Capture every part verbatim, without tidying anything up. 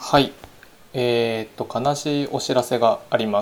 はい、えーっと悲しいお知らせがあります。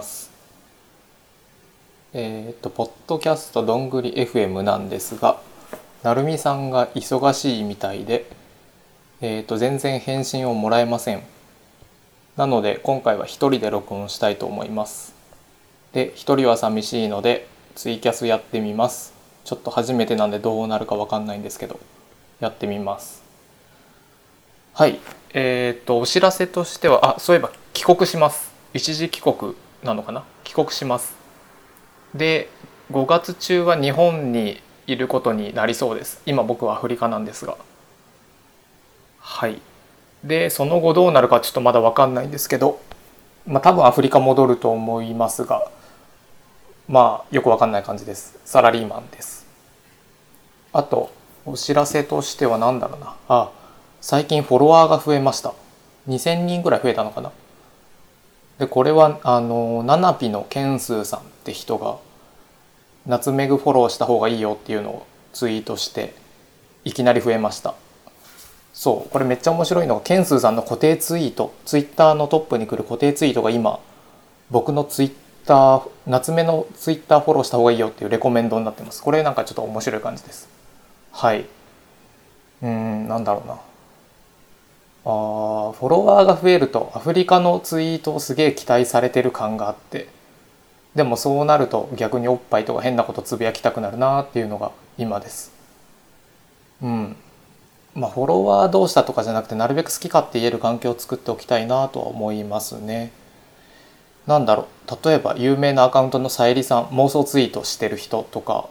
えーっとポッドキャストどんぐり エフエム なんですが、なるみさんが忙しいみたいで、えーっと全然返信をもらえません。なので今回は一人で録音したいと思います。で、一人は寂しいのでツイキャスやってみます。ちょっと初めてなんでどうなるかわかんないんですけど、やってみます。はい、えっとお知らせとしては、あ、そういえば帰国します。一時帰国なのかな、帰国します。で、ごがつ中は日本にいることになりそうです。今僕はアフリカなんですが。はい。で、その後どうなるかちょっとまだ分かんないんですけど、まあ多分アフリカ戻ると思いますが、まあよく分かんない感じです。サラリーマンです。あとお知らせとしては何だろうなあ、最近フォロワーが増えました。にせんにんぐらい増えたのかな。でこれはあのナナピのケンスーさんって人がナツメグフォローした方がいいよっていうのをツイートして、いきなり増えました。そう、これめっちゃ面白いのが、ケンスーさんの固定ツイート、ツイッターのトップに来る固定ツイートが今僕のツイッター、夏目のツイッターフォローした方がいいよっていうレコメンドになってます。これなんかちょっと面白い感じです。はい。うーん、なんだろうなあーフォロワーが増えるとアフリカのツイートをすげえ期待されてる感があって、でもそうなると逆におっぱいとか変なことつぶやきたくなるなっていうのが今です。うん。まあフォロワーどうしたとかじゃなくて、なるべく好き勝手言える環境を作っておきたいなとは思いますね。なんだろう、例えば有名なアカウントのさゆりさん、妄想ツイートしてる人とか、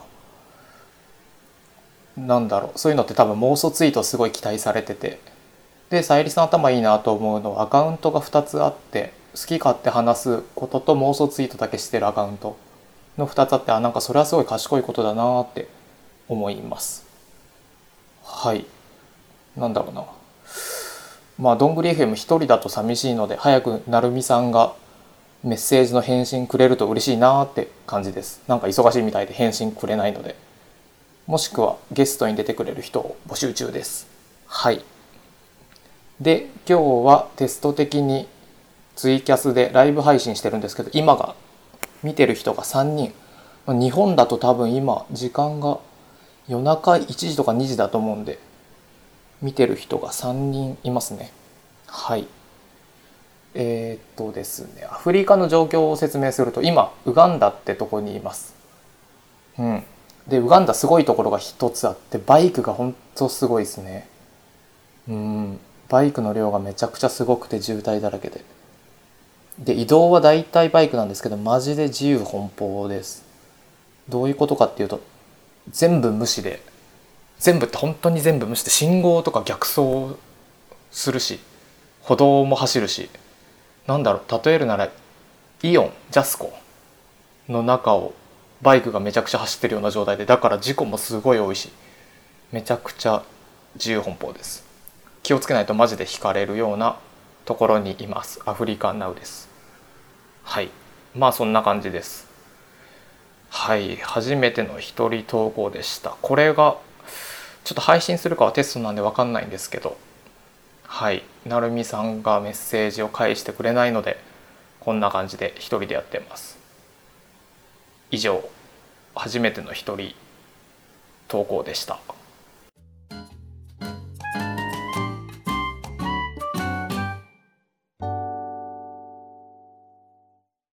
なんだろう、そういうのって多分妄想ツイートすごい期待されてて、でさゆりさん頭いいなと思うのは、アカウントがふたつあって、好き勝手話すことと妄想ツイートだけしてるアカウントのふたつあって、あ、なんかそれはすごい賢いことだなって思います。はい。なんだろうな、まあどんぐり エフエム 一人だと寂しいので、早くなるみさんがメッセージの返信くれると嬉しいなって感じです。なんか忙しいみたいで返信くれないので、もしくはゲストに出てくれる人を募集中です。はい。で、今日はテスト的にツイキャスでライブ配信してるんですけど、今が見てる人がさんにん。日本だと多分今時間が夜中いちじとかにじだと思うんで、見てる人がさんにんいますね。はい。えー、っとですね、アフリカの状況を説明すると、今ウガンダってとこにいます。うん。でウガンダすごいところが一つあって、バイクがほんとすごいですね。うん。バイクの量がめちゃくちゃすごくて渋滞だらけで。で移動はだいたいバイクなんですけど、マジで自由奔放です。どういうことかっていうと、全部無視で、全部って本当に全部無視で、信号とか逆走するし、歩道も走るし、なんだろう、例えるならイオンジャスコの中をバイクがめちゃくちゃ走ってるような状態で、だから事故もすごい多いし、めちゃくちゃ自由奔放です。気をつけないとマジで引かれるようなところにいます。アフリカナウです。はい。まあそんな感じです。はい。初めての一人投稿でした。これがちょっと配信するかはテストなんで分かんないんですけど、はい。なるみさんがメッセージを返してくれないので、こんな感じで一人でやってます。以上、初めての一人投稿でした。